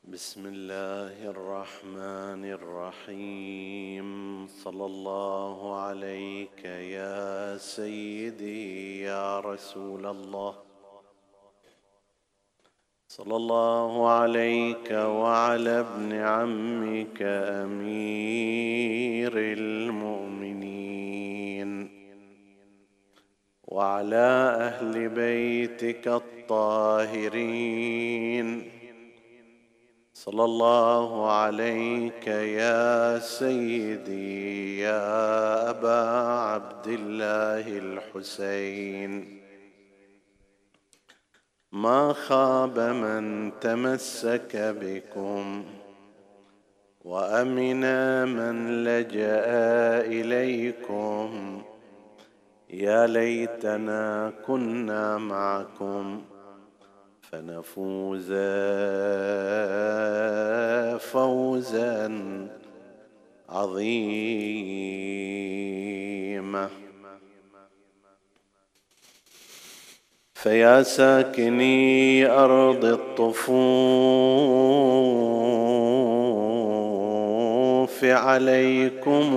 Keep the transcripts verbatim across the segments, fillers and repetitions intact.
بسم الله الرحمن الرحيم. صلى الله عليك يا سيدي يا رسول الله، صلى الله عليك وعلى ابن عمك أمير المؤمنين وعلى أهل بيتك الطاهرين. صلى الله عليك يا سيدي يا أبا عبد الله الحسين. ما خاب من تمسك بكم وأمن من لجأ إليكم. يا ليتنا كنا معكم فنفوز فوزا عظيما. فيا ساكني أرض الطفوف عليكم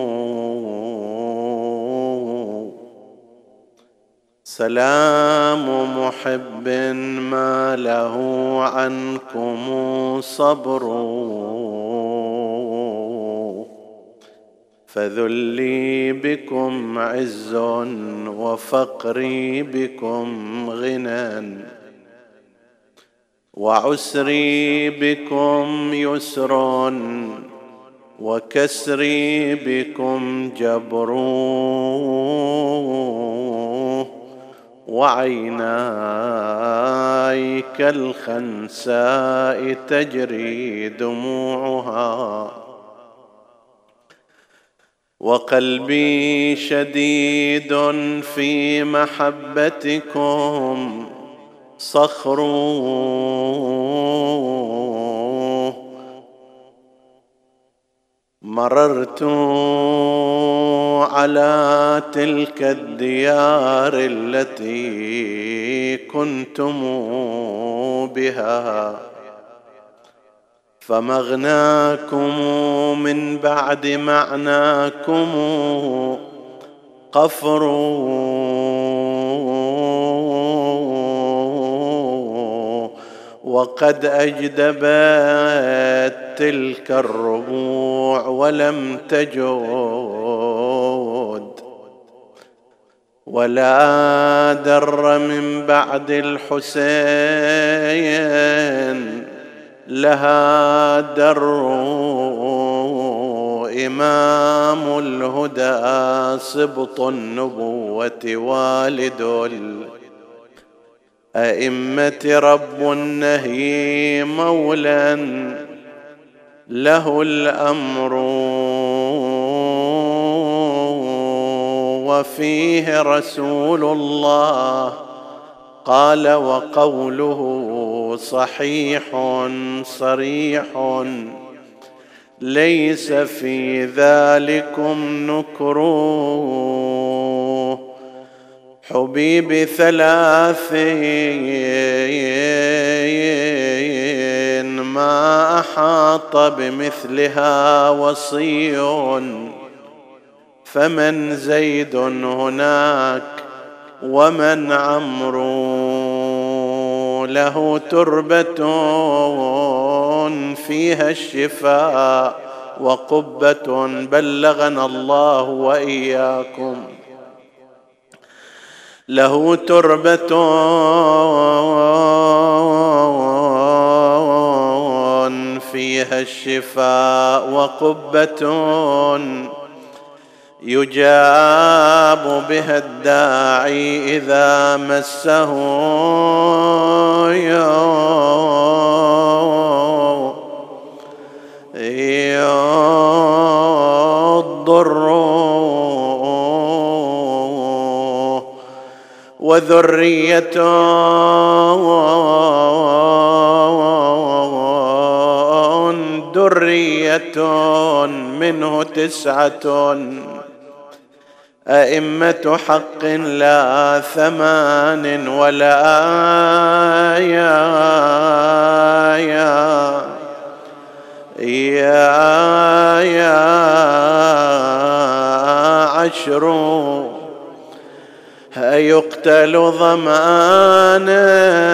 سلام محب ما له عنكم صبر. فذلي بكم عز وفقري بكم غنى وعسري بكم يسر وكسري بكم جبر. وعيناي كالخنساء تجري دموعها وقلبي شديد في محبتكم صخر. مررت على تلك الديار التي كنتم بها فمغناكم من بعد معناكم قفر. وقد أجدبت تلك الربوع ولم تجود ولا در من بعد الحسين لها در. إمام الهدى سبط النبوة والد الأئمة رب النهي مولى له الأمر. وفيه رسول الله قال وقوله صحيح صريح ليس في ذلكم نكر. حبيب ثلاثين ما أحاط بمثلها وصي. فمن زيد هناك ومن عمرو له تربة فيها الشفاء وقبة بلغنا الله وإياكم. له تربة فيها الشفاء وقبة يجاب بها الداعي إذا مسه الضر. وذرية درية منه تسعة أئمة حق لا ثمان ولا آية. يا يا عشر يقتل ظمآنا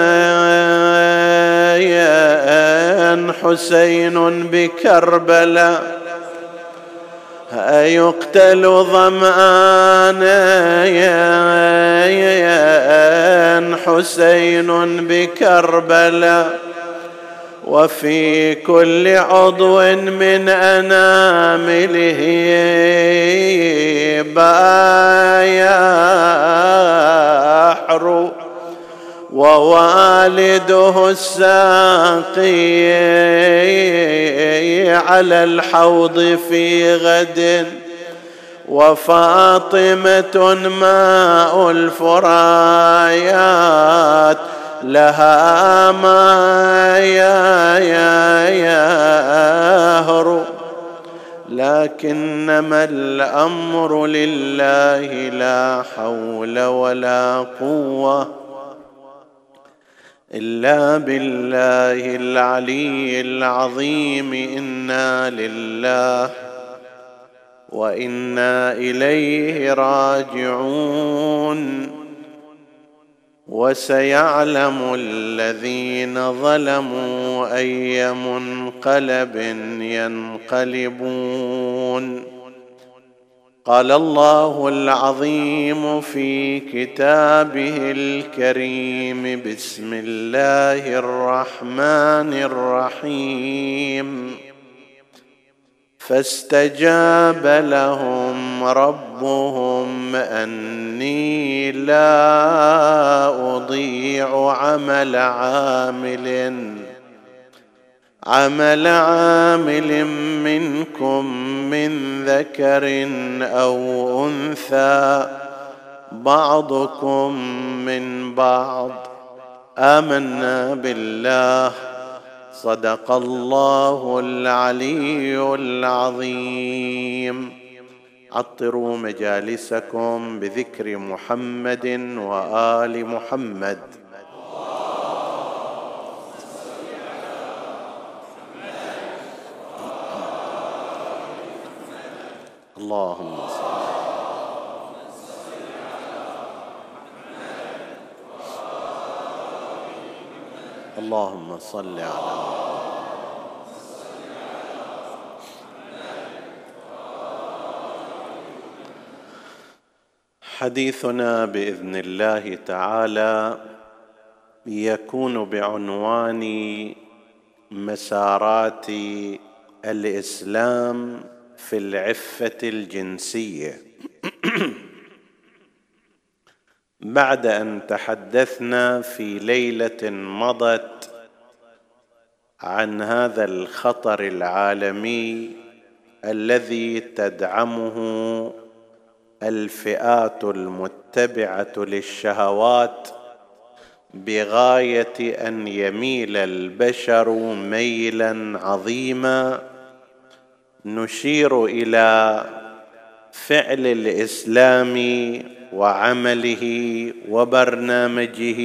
حسين بكربلاء يقتل ظمآنا حسين بكربلاء وفي كل عضو من أنامله بايحر ووالده الساقي على الحوض في غد وفاطمة ماء الفرايات لها ما يا يا يهر لكنما الأمر لله لا حول ولا قوة إلا بالله العلي العظيم. إنا لله وإنا إليه راجعون. وسيعلم الذين ظلموا أي منقلب ينقلبون. قال الله العظيم في كتابه الكريم: بسم الله الرحمن الرحيم. فاستجاب لهم ربهم أني لا أضيع عمل عامل عمل عامل منكم من ذكر أو أنثى بعضكم من بعض. آمنا بالله. صدق الله العلي العظيم. عطروا مجالسكم بذكر محمد وآل محمد. اللهم صل. اللهم صل على حديثنا بإذن الله تعالى يكون بعنوان مسارات الإسلام في العفة الجنسية. بعد أن تحدثنا في ليلة مضت عن هذا الخطر العالمي الذي تدعمه الفئات المتبعة للشهوات بغاية أن يميل البشر ميلا عظيما، نشير إلى فعل الإسلام وعمله وبرنامجه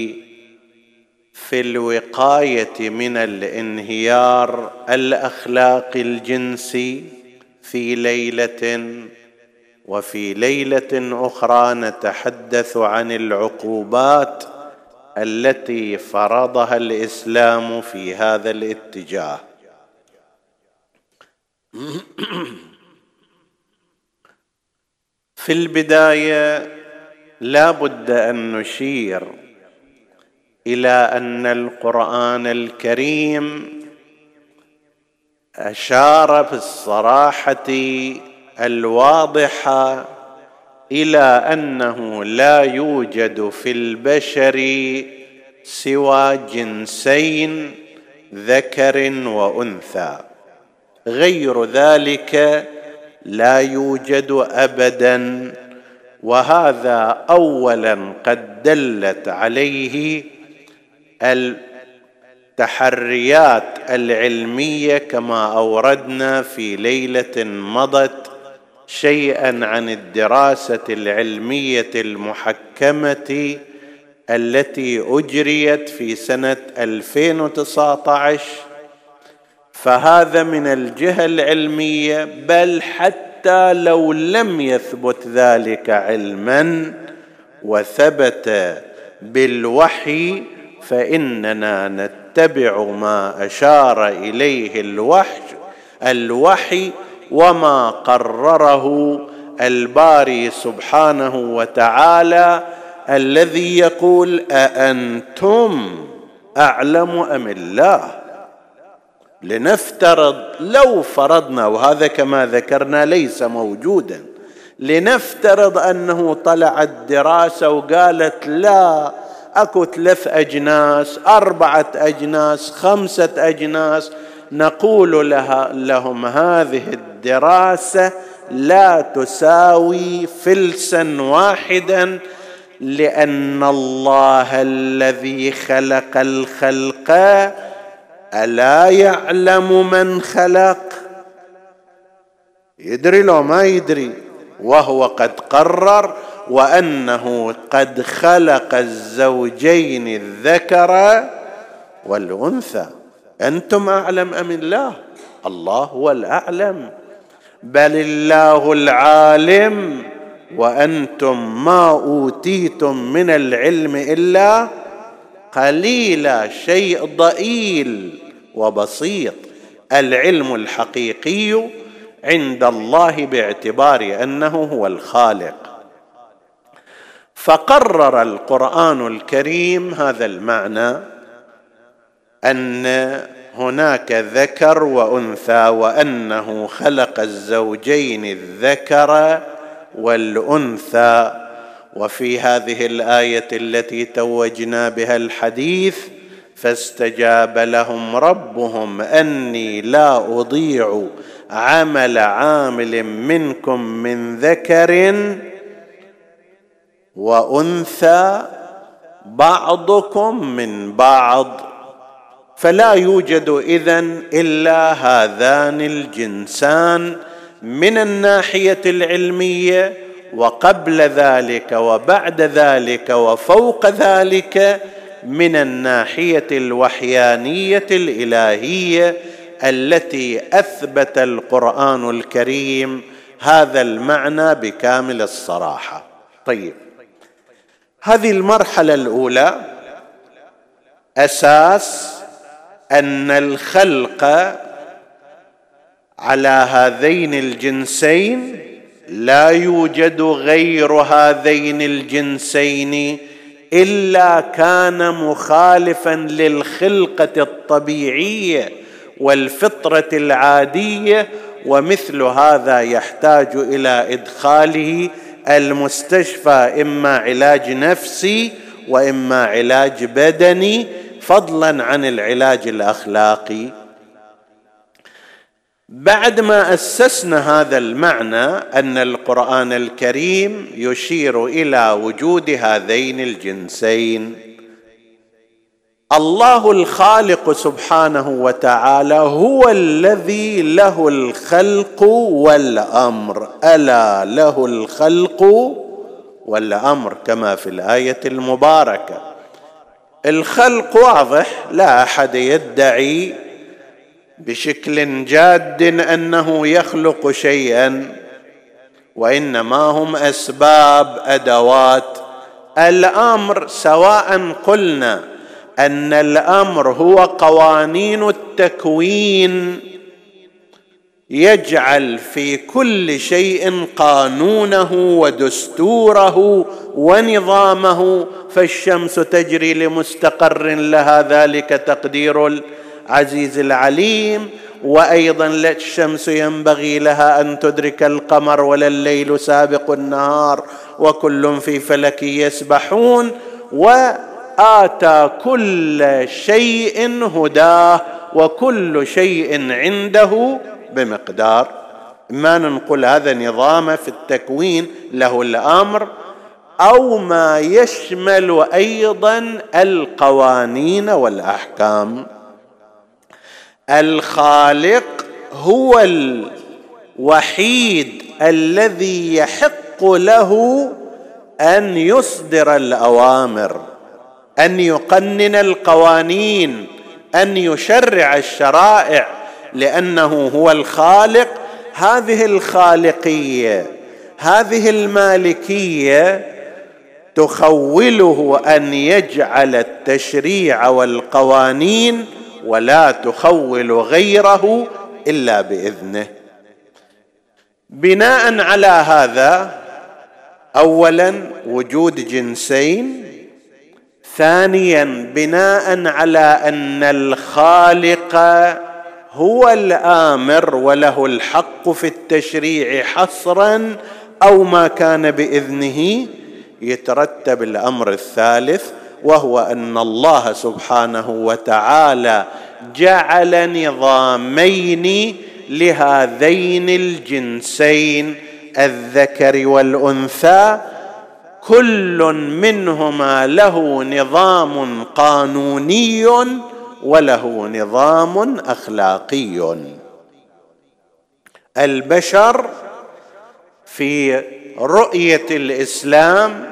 في الوقاية من الانهيار الأخلاقي الجنسي في ليلة. وفي ليلة أخرى نتحدث عن العقوبات التي فرضها الإسلام في هذا الاتجاه. في البداية لا بد أن نشير إلى أن القرآن الكريم أشار بالصراحة الواضحة إلى أنه لا يوجد في البشر سوى جنسين، ذكر وأنثى، غير ذلك لا يوجد أبدا. وهذا أولا قد دلت عليه التحريات العلمية كما أوردنا في ليلة مضت شيئا عن الدراسة العلمية المحكمة التي أجريت في سنة ألفين وتسعة عشر، فهذا من الجهة العلمية، بل حتى لو لم يثبت ذلك علما وثبت بالوحي فإننا نتبع ما أشار إليه الوحي الوحي وما قرره الباري سبحانه وتعالى، الذي يقول: أأنتم أعلم أم الله؟ لنفترض لو فرضنا، وهذا كما ذكرنا ليس موجودا، لنفترض أنه طلعت دراسة وقالت لا، أكو ثلاث أجناس، أربعة أجناس، خمسة أجناس، نقول لها لهم هذه الدراسة لا تساوي فلسا واحدا، لأن الله الذي خلق الخلق ألا يعلم من خلق؟ يدري لو ما يدري، وهو قد قرر وأنه قد خلق الزوجين الذكر والأنثى. أنتم أعلم أم الله؟ الله هو الأعلم، بل الله العالم وأنتم ما أوتيتم من العلم إلا قليلا، شيء ضئيل وبسيط. العلم الحقيقي عند الله باعتبار أنه هو الخالق. فقرر القرآن الكريم هذا المعنى، أن هناك ذكر وأنثى، وأنه خلق الزوجين الذكر والأنثى. وفي هذه الآية التي توجنا بها الحديث: فاستجاب لهم ربهم أني لا أضيع عمل عامل منكم من ذكر وأنثى بعضكم من بعض. فلا يوجد إذن إلا هذان الجنسان من الناحية العلمية، وقبل ذلك وبعد ذلك وفوق ذلك من الناحية الوحيانية الإلهية التي أثبت القرآن الكريم هذا المعنى بكامل الصراحة. طيب، هذه المرحلة الأولى أساس أن الخلق على هذين الجنسين لا يوجد غير هذين الجنسين إلا كان مخالفا للخلقة الطبيعية والفطرة العادية، ومثل هذا يحتاج إلى إدخاله المستشفى، إما علاج نفسي وإما علاج بدني، فضلا عن العلاج الأخلاقي. بعد ما أسسنا هذا المعنى أن القرآن الكريم يشير إلى وجود هذين الجنسين، الله الخالق سبحانه وتعالى هو الذي له الخلق والأمر. ألا له الخلق والأمر كما في الآية المباركة. الخلق واضح، لا أحد يدعي بشكل جاد أنه يخلق شيئا، وإنما هم أسباب، أدوات. الأمر سواء قلنا أن الأمر هو قوانين التكوين، يجعل في كل شيء قانونه ودستوره ونظامه، فالشمس تجري لمستقر لها، ذلك تقدير العزيز العليم. وأيضا الشمس ينبغي لها أن تدرك القمر ولا الليل سابق النهار، وكل في فلك يسبحون. وآتى كل شيء هداه، وكل شيء عنده بمقدار. ما ننقل هذا نظام في التكوين له الأمر، أو ما يشمل أيضا القوانين والأحكام. الخالق هو الوحيد الذي يحق له أن يصدر الأوامر، أن يقنن القوانين، أن يشرع الشرائع، لأنه هو الخالق. هذه الخالقية، هذه المالكية تخوله أن يجعل التشريع والقوانين ولا تخول غيره إلا بإذنه. بناء على هذا، أولا وجود جنسين، ثانيا بناء على أن الخالق هو الآمر وله الحق في التشريع حصرا أو ما كان بإذنه، يترتب الأمر الثالث، وهو أن الله سبحانه وتعالى جعل نظامين لهذين الجنسين الذكر والأنثى، كل منهما له نظام قانوني وله نظام أخلاقي. البشر في رؤية الإسلام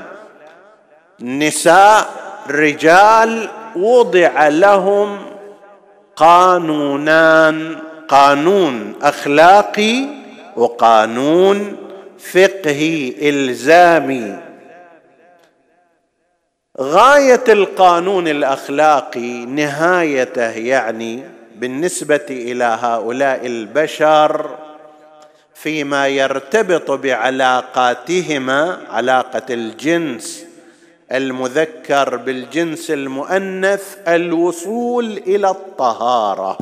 نساء رجال وضع لهم قانونان، قانون أخلاقي وقانون فقهي إلزامي. غاية القانون الأخلاقي نهايته يعني بالنسبة إلى هؤلاء البشر فيما يرتبط بعلاقاتهما، علاقة الجنس المذكر بالجنس المؤنث، الوصول إلى الطهارة.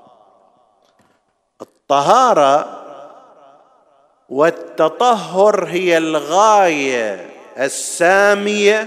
الطهارة والتطهر هي الغاية السامية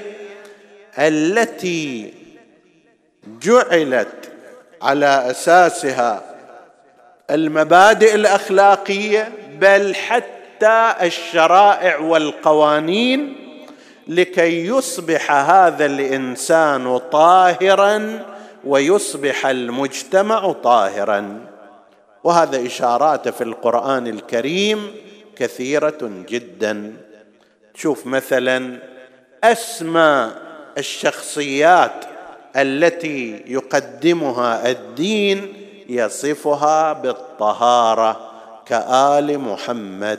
التي جعلت على أساسها المبادئ الأخلاقية، بل حتى الشرائع والقوانين، لكي يصبح هذا الإنسان طاهرا ويصبح المجتمع طاهرا. وهذا إشارات في القرآن الكريم كثيرة جدا. شوف مثلا أسمى الشخصيات التي يقدمها الدين يصفها بالطهارة كآل محمد.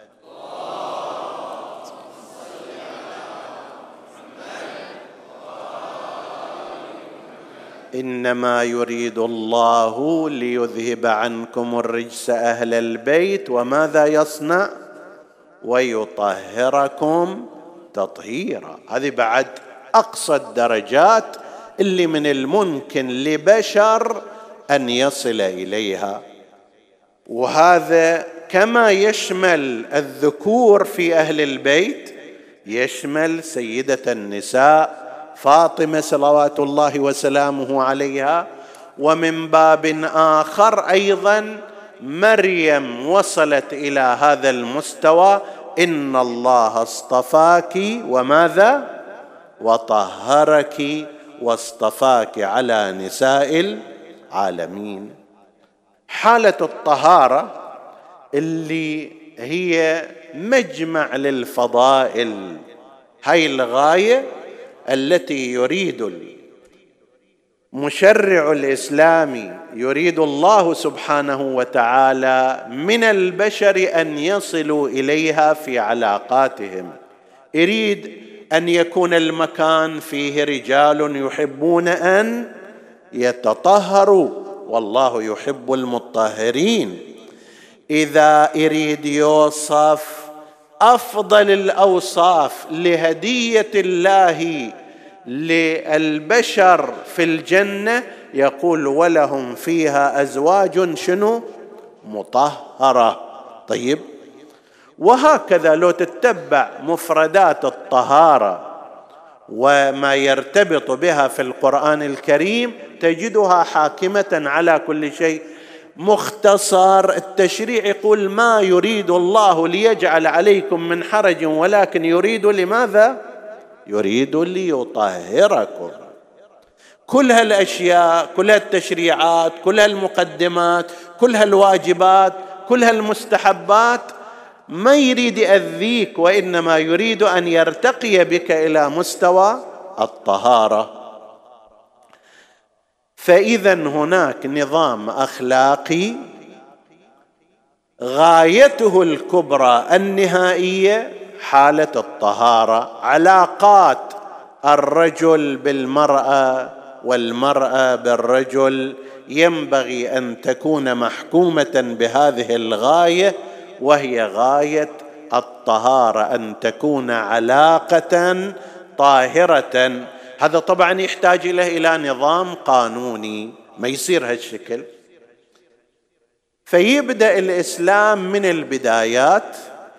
إنما يريد الله ليذهب عنكم الرجس أهل البيت وماذا يصنع؟ ويطهركم تطهيرا. هذه بعد أقصى الدرجات اللي من الممكن لبشر أن يصل إليها. وهذا كما يشمل الذكور في أهل البيت يشمل سيدة النساء فاطمة صلوات الله وسلامه عليها، ومن باب آخر أيضا مريم وصلت إلى هذا المستوى: إن الله اصطفاك وماذا؟ وطهرك واصطفاك على نساء العالمين. حالة الطهارة اللي هي مجمع للفضائل، هاي الغاية التي يريد المشرع الإسلامي، يريد الله سبحانه وتعالى من البشر أن يصلوا إليها في علاقاتهم. يريد أن يكون المكان فيه رجال يحبون أن يتطهروا، والله يحب المطهرين. إذا يريد يوصف أفضل الأوصاف لهدية الله للبشر في الجنة يقول: ولهم فيها أزواج شنو؟ مطهرة. طيب، وهكذا لو تتبع مفردات الطهارة وما يرتبط بها في القرآن الكريم تجدها حاكمة على كل شيء. مختصر التشريع يقول: ما يريد الله ليجعل عليكم من حرج ولكن يريد لماذا؟ يريد ليطهركم. كل هالأشياء، كل هالتشريعات، كل هالمقدمات، كل هالواجبات، كل هالمستحبات ما يريد يأذيك، وإنما يريد أن يرتقي بك إلى مستوى الطهارة. فإذا هناك نظام أخلاقي غايته الكبرى النهائية حالة الطهارة. علاقات الرجل بالمرأة والمرأة بالرجل ينبغي أن تكون محكومة بهذه الغاية، وهي غاية الطهارة، أن تكون علاقة طاهرة. هذا طبعا يحتاج له إلى نظام قانوني، ما يصير هالشكل. فيبدأ الإسلام من البدايات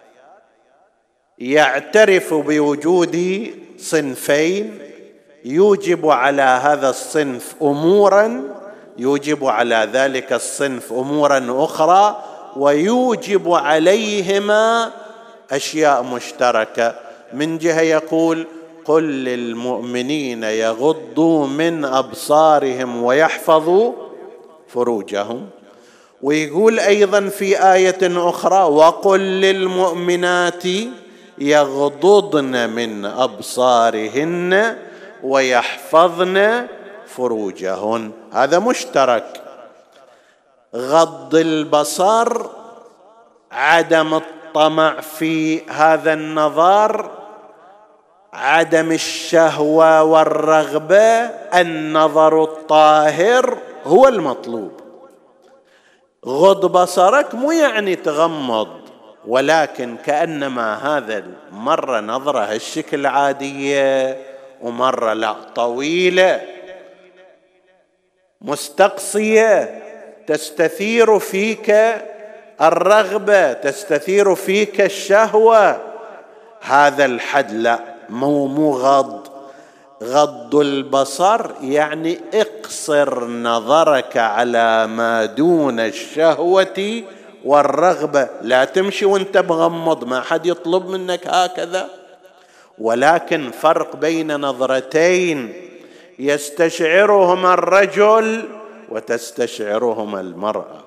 يعترف بوجود صنفين، يوجب على هذا الصنف أمورا، يوجب على ذلك الصنف أمورا أخرى، ويوجب عليهما أشياء مشتركة. من جهة يقول: قل للمؤمنين يغضوا من أبصارهم ويحفظوا فروجهم. ويقول أيضا في آية أخرى: وقل للمؤمنات يغضضن من أبصارهن ويحفظن فروجهن. هذا مشترك. غض البصر، عدم الطمع في هذا النظر، عدم الشهوة والرغبة، النظر الطاهر هو المطلوب. غض بصرك مو يعني تغمض، ولكن كأنما هذا مرة نظرة هالشكل عادية، ومرة لا طويلة مستقصية، تستثير فيك الرغبة، تستثير فيك الشهوة. هذا الحد لا، مو مو غض. غض البصر يعني اقصر نظرك على ما دون الشهوة والرغبة، لا تمشي وانت مغمض، ما حد يطلب منك هكذا. ولكن فرق بين نظرتين يستشعرهما الرجل وتستشعرهما المرأة.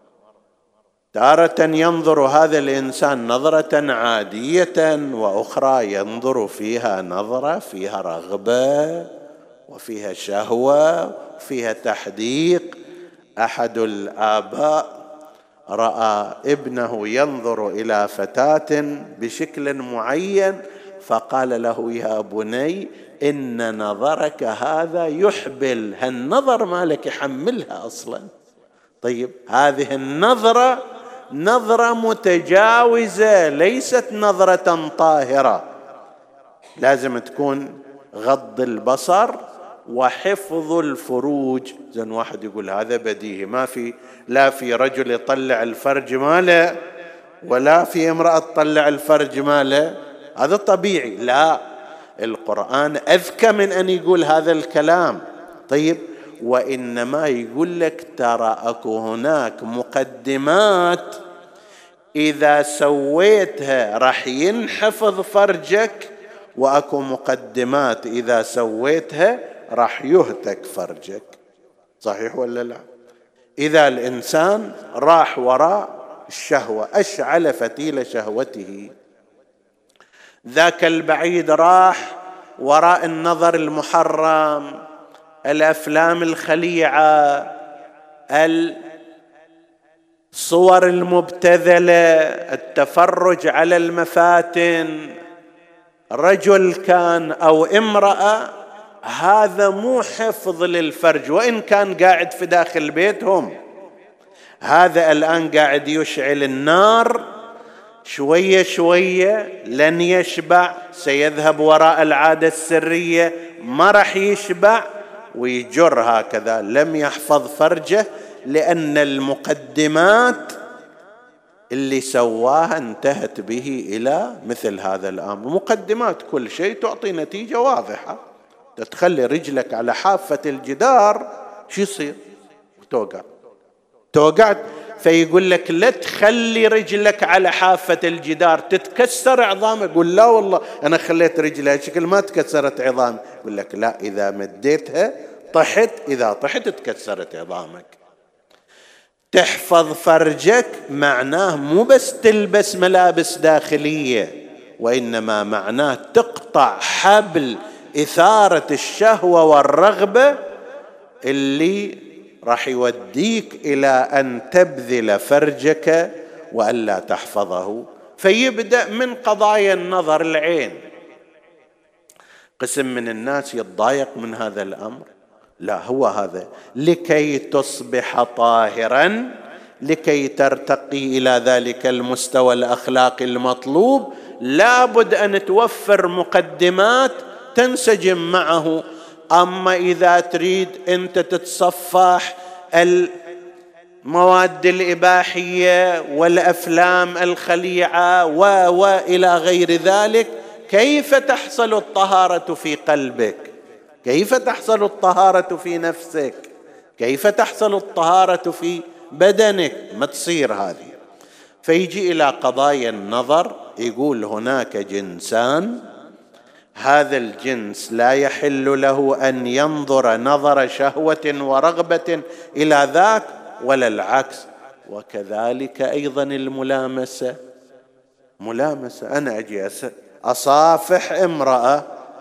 تارة ينظر هذا الإنسان نظرة عادية، وأخرى ينظر فيها نظرة فيها رغبة وفيها شهوة وفيها تحديق. أحد الآباء رأى ابنه ينظر إلى فتاة بشكل معين، فقال له: يا بني، إن نظرك هذا يحبل، هالنظر مالك يحملها أصلا. طيب، هذه النظرة نظرة متجاوزة، ليست نظرة طاهرة. لازم تكون غض البصر وحفظ الفروج. زين واحد يقول هذا بديهي، ما في لا في رجل يطلع الفرج ماله ولا في امرأة تطلع الفرج ماله، هذا طبيعي. لا، القرآن أذكى من أن يقول هذا الكلام. طيب، وإنما يقول لك ترى أكو هناك مقدمات إذا سويتها راح ينحفظ فرجك، وأكو مقدمات إذا سويتها راح يهتك فرجك. صحيح ولا لا؟ إذا الإنسان راح وراء الشهوة، أشعل فتيل شهوته، ذاك البعيد راح وراء النظر المحرم، الأفلام الخليعة، الصور المبتذلة، التفرج على المفاتن، رجل كان أو امرأة، هذا مو حفظ للفرج. وإن كان قاعد في داخل بيتهم، هذا الآن قاعد يشعل النار، شوية شوية لن يشبع، سيذهب وراء العادة السرية، ما راح يشبع ويجر هكذا. لم يحفظ فرجه، لأن المقدمات اللي سواها انتهت به إلى مثل هذا الأمر. مقدمات كل شيء تعطي نتيجة واضحة. تتخلي رجلك على حافة الجدار، شو يصير؟ توقع توقعت. فيقول لك لا تخلي رجلك على حافة الجدار، تتكسر عظامك. يقول لا والله أنا خليت رجلها شكل ما تكسرت عظامي. يقول لك لا، إذا مديتها طحت، إذا طحت تكسرت عظامك. تحفظ فرجك معناه مو بس تلبس ملابس داخلية، وإنما معناه تقطع حبل إثارة الشهوة والرغبة اللي راح يوديك إلى أن تبذل فرجك وألا تحفظه. فيبدأ من قضايا النظر العين. قسم من الناس يتضايق من هذا الأمر، لا، هو هذا لكي تصبح طاهرا، لكي ترتقي إلى ذلك المستوى الأخلاقي المطلوب، لابد أن توفر مقدمات تنسجم معه. أما إذا تريد أنت تتصفح المواد الإباحية والأفلام الخليعة وإلى غير ذلك، كيف تحصل الطهارة في قلبك؟ كيف تحصل الطهارة في نفسك؟ كيف تحصل الطهارة في بدنك؟ ما تصير هذه. فيجي إلى قضايا النظر، يقول هناك جنسان، هذا الجنس لا يحل له أن ينظر نظر شهوة ورغبة إلى ذاك ولا العكس. وكذلك أيضا الملامسة، ملامسة، أنا أجي أصافح امرأة،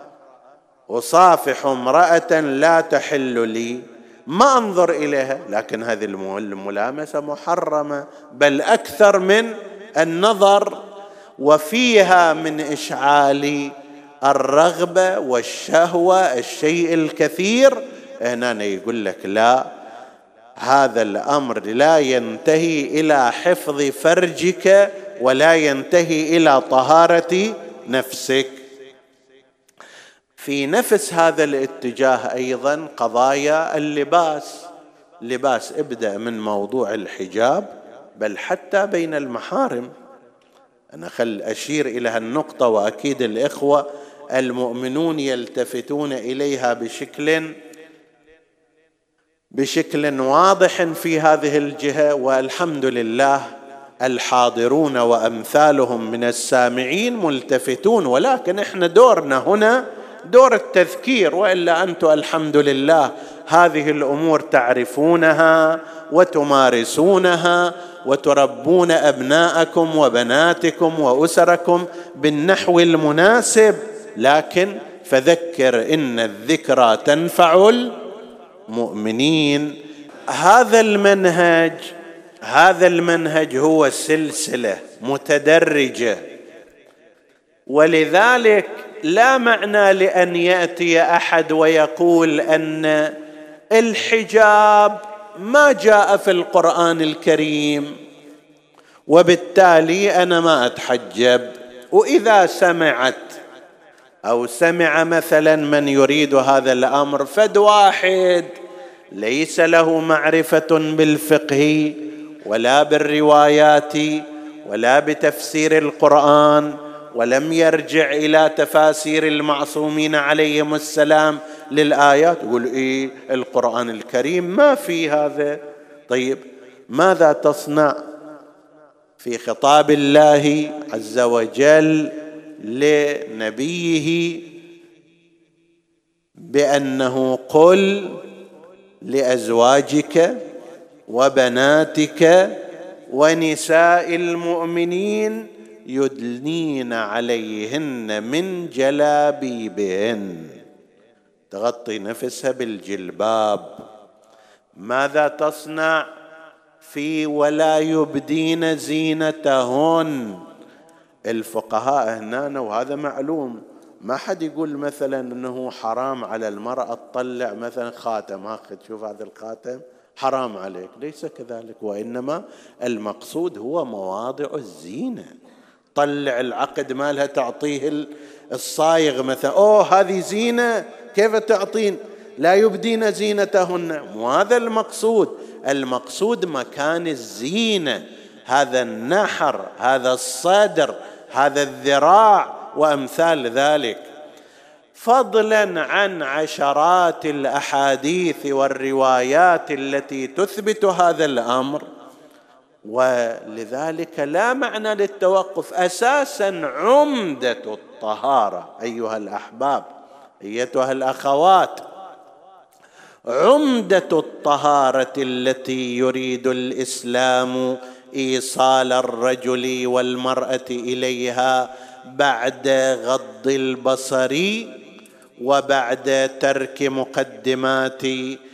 أصافح امرأة لا تحل لي، ما أنظر إليها، لكن هذه الملامسة محرمة، بل أكثر من النظر، وفيها من إشعال الرغبة والشهوة الشيء الكثير. هنا يقول لك لا، هذا الأمر لا ينتهي إلى حفظ فرجك ولا ينتهي إلى طهارة نفسك. في نفس هذا الاتجاه أيضا قضايا اللباس. لباس ابدأ من موضوع الحجاب، بل حتى بين المحارم. أنا خل أشير إلى هالنقطة، وأكيد الإخوة المؤمنون يلتفتون إليها بشكل بشكل واضح في هذه الجهة، والحمد لله الحاضرون وأمثالهم من السامعين ملتفتون. ولكن إحنا دورنا هنا دور التذكير، وإلا أنتم الحمد لله هذه الأمور تعرفونها وتمارسونها وتربون أبناءكم وبناتكم وأسركم بالنحو المناسب. لكن فذكر إن الذكرى تنفع المؤمنين. هذا المنهج هذا المنهج هو سلسلة متدرجة، ولذلك لا معنى لأن يأتي أحد ويقول أن الحجاب ما جاء في القرآن الكريم وبالتالي أنا ما أتحجب. وإذا سمعت أو سمع مثلا من يريد هذا الأمر فد واحد ليس له معرفة بالفقه ولا بالروايات ولا بتفسير القرآن، ولم يرجع إلى تفاسير المعصومين عليهم السلام للآيات، يقول إيه القرآن الكريم ما في هذا. طيب ماذا تصنع في خطاب الله عز وجل لنبيه بأنه قل لأزواجك وبناتك ونساء المؤمنين يدنين عليهن من جلابيبهن، تغطي نفسها بالجلباب. ماذا تصنع في ولا يبدين زينتهن؟ الفقهاء هنا، وهذا معلوم، ما حد يقول مثلا أنه حرام على المرأة تطلع مثلا خاتم، هاخذ شوف هذا الخاتم حرام عليك، ليس كذلك، وإنما المقصود هو مواضع الزينة. طلع العقد مالها تعطيه الصايغ مثلا، أوه هذه زينة كيف تعطين؟ لا يبدين زينتهن، وهذا المقصود. المقصود مكان الزينة، هذا النحر، هذا الصدر، هذا الذراع وأمثال ذلك، فضلا عن عشرات الأحاديث والروايات التي تثبت هذا الأمر. ولذلك لا معنى للتوقف. أساسا عمدة الطهارة أيها الأحباب أيتها الأخوات، عمدة الطهارة التي يريد الإسلام إيصال الرجل والمرأة إليها بعد غض البصر وبعد ترك مقدمات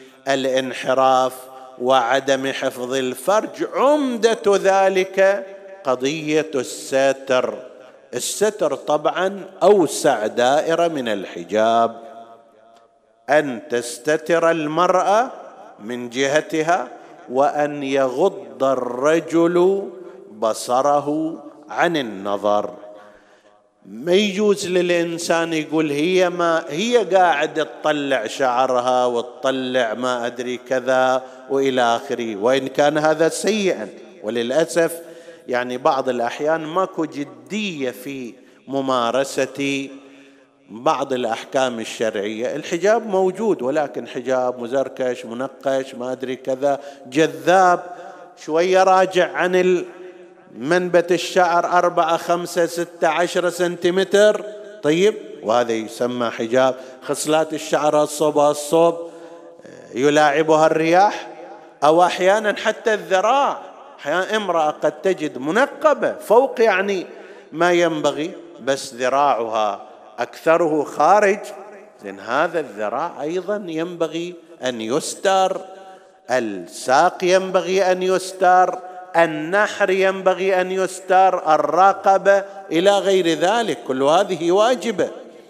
الانحراف وعدم حفظ الفرج، عمدة ذلك قضية الستر. الستر طبعا أوسع دائرة من الحجاب، أن تستتر المرأة من جهتها، وأن يغض الرجل بصره عن النظر. ما يجوز للإنسان يقول هي ما هي قاعدة تطلع شعرها وتطلع ما أدري كذا وإلى آخره، وإن كان هذا سيئا. وللأسف يعني بعض الأحيان ماكو جدية في ممارسة بعض الأحكام الشرعية. الحجاب موجود، ولكن حجاب مزركش منقش ما أدري كذا جذاب، شوية راجع عن منبت الشعر أربعة خمسة ستة عشرة سنتيمتر، طيب، وهذا يسمى حجاب. خصلات الشعر الصوب الصوب يلاعبها الرياح، أو أحيانا حتى الذراع. أحيانا امرأة قد تجد منقبة فوق يعني ما ينبغي، بس ذراعها أكثره خارج، لأن هذا الذراع أيضا ينبغي أن يستر، الساق ينبغي أن يستر، النحر ينبغي أن يستر، الرقبة إلى غير ذلك، كل هذه واجبة.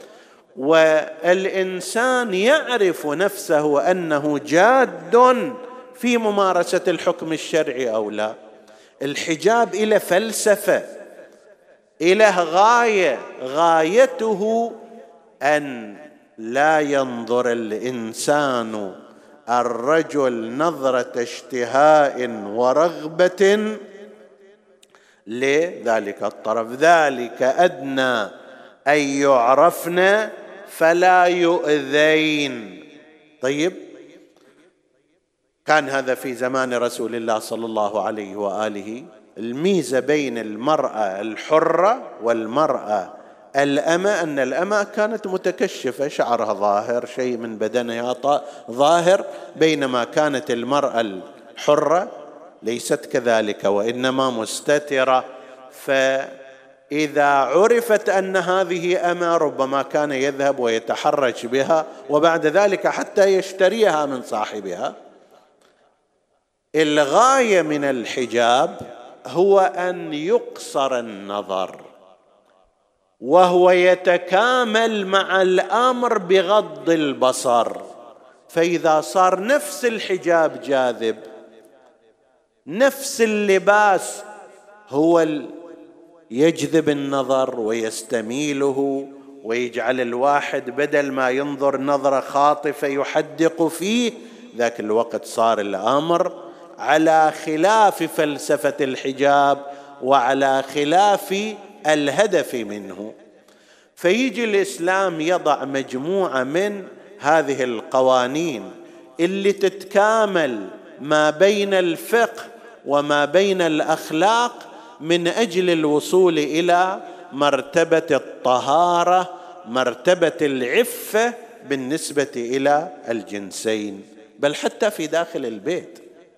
والإنسان يعرف نفسه أنه جاد في ممارسة الحكم الشرعي أو لا. الحجاب إلى فلسفة، إلى غاية، غايته أن لا ينظر الإنسان الرجل نظرة اشتهاء ورغبة لذلك الطرف، ذلك أدنى أن يعرفن فلا يؤذين. طيب، كان هذا في زمان رسول الله صلى الله عليه وآله. الميزة بين المرأة الحرة والمرأة الأمة أن الأمة كانت متكشفة، شعرها ظاهر، شيء من بدنها ظاهر، بينما كانت المرأة الحرة ليست كذلك، وإنما مستترة. فإذا عرفت أن هذه أمة ربما كان يذهب ويتحرج بها، وبعد ذلك حتى يشتريها من صاحبها. الغاية من الحجاب هو أن يقصر النظر، وهو يتكامل مع الأمر بغض البصر. فإذا صار نفس الحجاب جاذب، نفس اللباس هو يجذب النظر ويستميله، ويجعل الواحد بدل ما ينظر نظرة خاطفة يحدق فيه، ذاك الوقت صار الأمر على خلاف فلسفة الحجاب وعلى خلاف الهدف منه. فيجي الإسلام يضع مجموعة من هذه القوانين اللي تتكامل ما بين الفقه وما بين الأخلاق من أجل الوصول إلى مرتبة الطهارة، مرتبة العفة بالنسبة إلى الجنسين. بل حتى في داخل البيت،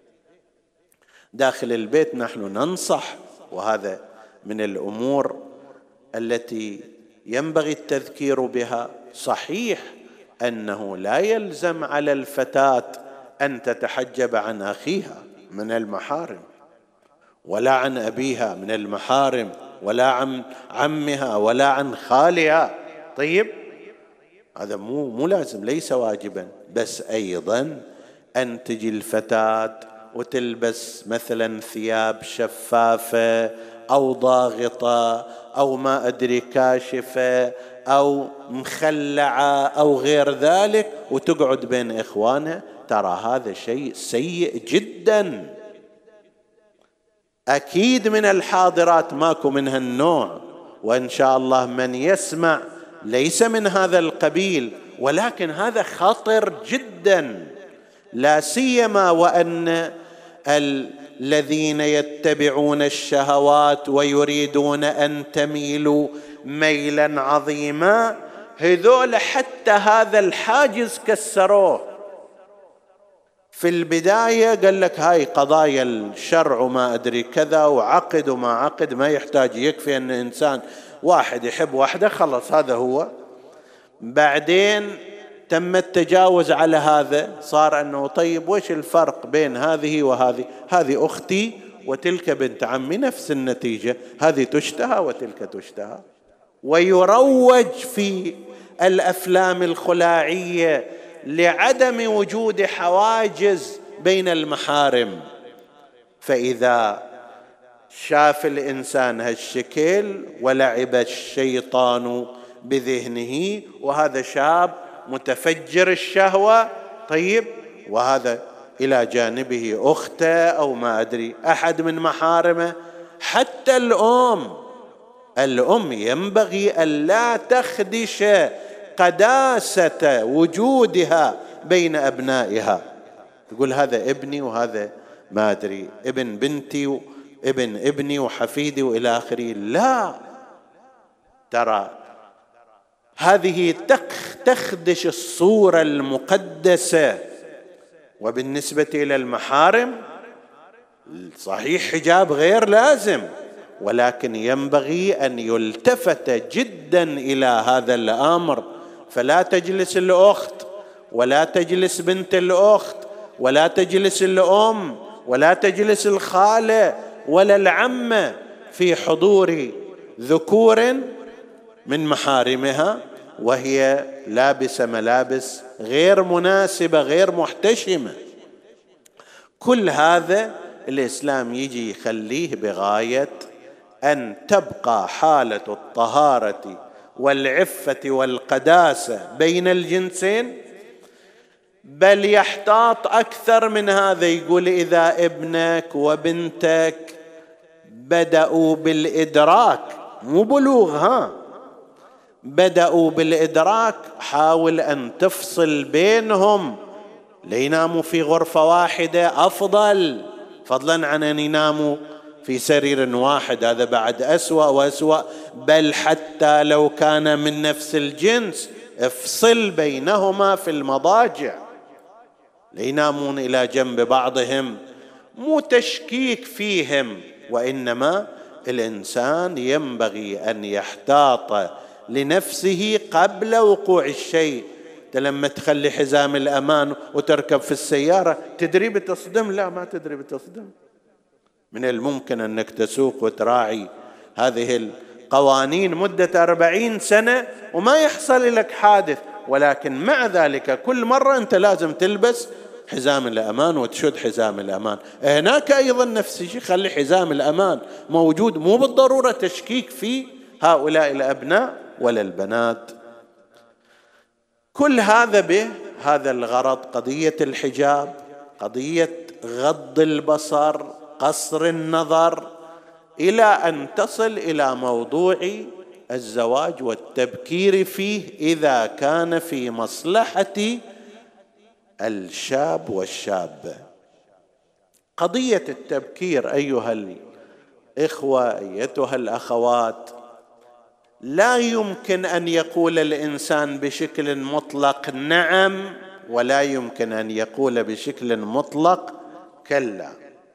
داخل البيت نحن ننصح، وهذا من الأمور التي ينبغي التذكير بها. صحيح أنه لا يلزم على الفتاة أن تتحجب عن أخيها من المحارم، ولا عن أبيها من المحارم، ولا عن عمها، ولا عن خالها. طيب، هذا مو مو لازم، ليس واجبا. بس أيضا أن تجي الفتاة وتلبس مثلا ثياب شفافة أو ضاغطة أو ما أدري كاشفة أو مخلعة أو غير ذلك، وتقعد بين إخوانها، ترى هذا شيء سيء جدا. أكيد من الحاضرات ماكو من هالنوع، وإن شاء الله من يسمع ليس من هذا القبيل، ولكن هذا خطر جدا، لا سيما وأن الذين يتبعون الشهوات ويريدون أن تميلوا ميلا عظيما، هذول حتى هذا الحاجز كسروه. في البداية قال لك هاي قضايا الشرع وما أدري كذا، وعقد وما عقد، ما يحتاج، يكفي أن إنسان واحد يحب واحدة خلص هذا هو. بعدين تم التجاوز على هذا، صار أنه طيب وش الفرق بين هذه وهذه؟ هذه أختي وتلك بنت عمي، نفس النتيجة، هذه تشتهى وتلك تشتهى. ويروج في الأفلام الخلاعية لعدم وجود حواجز بين المحارم. فإذا شاف الإنسان هالشكل ولعب الشيطان بذهنه، وهذا شاب متفجر الشهوة، طيب، وهذا إلى جانبه أخته أو ما أدري أحد من محارمه، حتى الأم الأم ينبغي أن لا تخدش قداسة وجودها بين أبنائها، تقول هذا ابني وهذا ما أدري ابن بنتي وابن ابني وحفيدي وإلى آخره. لا، ترى هذه تخدش الصورة المقدسة. وبالنسبة إلى المحارم صحيح حجاب غير لازم، ولكن ينبغي أن يلتفت جدا إلى هذا الأمر. فلا تجلس الأخت ولا تجلس بنت الأخت ولا تجلس الأم ولا تجلس الخالة ولا العمة في حضور ذكور من محارمها وهي لابسة ملابس غير مناسبة غير محتشمة. كل هذا الإسلام يجي يخليه بغاية أن تبقى حالة الطهارة والعفة والقداسة بين الجنسين، بل يحتاط أكثر من هذا، يقول إذا ابنك وبنتك بدأوا بالإدراك، مو بلوغ، ها، بدأوا بالإدراك، حاول أن تفصل بينهم ليناموا في غرفة واحدة أفضل، فضلا عن أن يناموا في سرير واحد، هذا بعد أسوأ وأسوأ. بل حتى لو كان من نفس الجنس افصل بينهما في المضاجع، لينامون إلى جنب بعضهم، مو تشكيك فيهم، وإنما الإنسان ينبغي أن يحتاط لنفسه قبل وقوع الشيء. لما تخلي حزام الأمان وتركب في السيارة تدري بتصدم؟ لا، ما تدري بتصدم. من الممكن أنك تسوق وتراعي هذه القوانين مدة أربعين سنة وما يحصل لك حادث، ولكن مع ذلك كل مرة أنت لازم تلبس حزام الأمان وتشد حزام الأمان. هناك أيضا نفس الشيء، خلي حزام الأمان موجود، مو بالضرورة تشكيك في هؤلاء الأبناء ولا البنات. كل هذا به هذا الغرض، قضية الحجاب، قضية غض البصر، قصر النظر، إلى أن تصل إلى موضوع الزواج والتبكير فيه إذا كان في مصلحة الشاب والشابة. قضية التبكير أيها الإخوة أيتها الأخوات، لا يمكن أن يقول الإنسان بشكل مطلق نعم، ولا يمكن أن يقول بشكل مطلق كلا.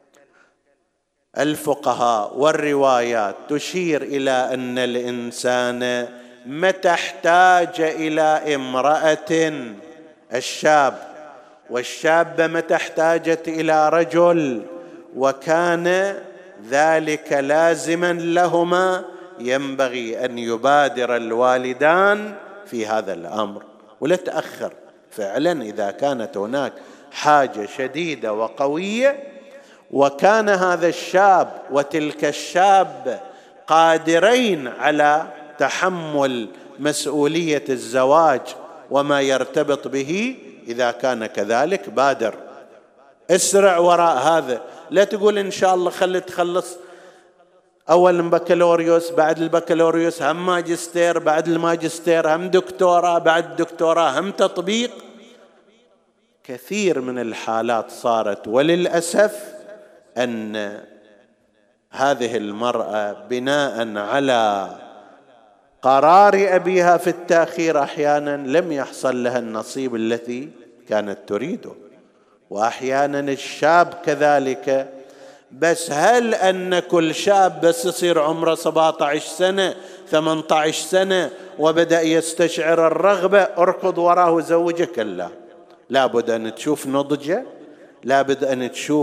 الفقهاء والروايات تشير إلى أن الإنسان متى احتاج إلى امرأة، الشاب والشابة متى احتاجت إلى رجل وكان ذلك لازما لهما، ينبغي أن يبادر الوالدان في هذا الأمر ولا تأخر. فعلا إذا كانت هناك حاجة شديدة وقوية وكان هذا الشاب وتلك الشاب قادرين على تحمل مسؤولية الزواج وما يرتبط به، إذا كان كذلك بادر، اسرع وراء هذا. لا تقول إن شاء الله خلي تخلص أول بكالوريوس، بعد البكالوريوس هم ماجستير، بعد الماجستير هم دكتوراه، بعد الدكتوراه هم تطبيق. كثير من الحالات صارت وللأسف أن هذه المرأة بناء على قرار أبيها في التأخير أحيانا لم يحصل لها النصيب الذي كانت تريده، وأحيانا الشاب كذلك. بس هل أن كل شاب بس يصير عمره سبعة عشر سنة ثمانية عشر سنة وبدأ يستشعر الرغبة اركض وراه زوجك؟ لا، لابد أن تشوف نضجه، لابد أن تشوف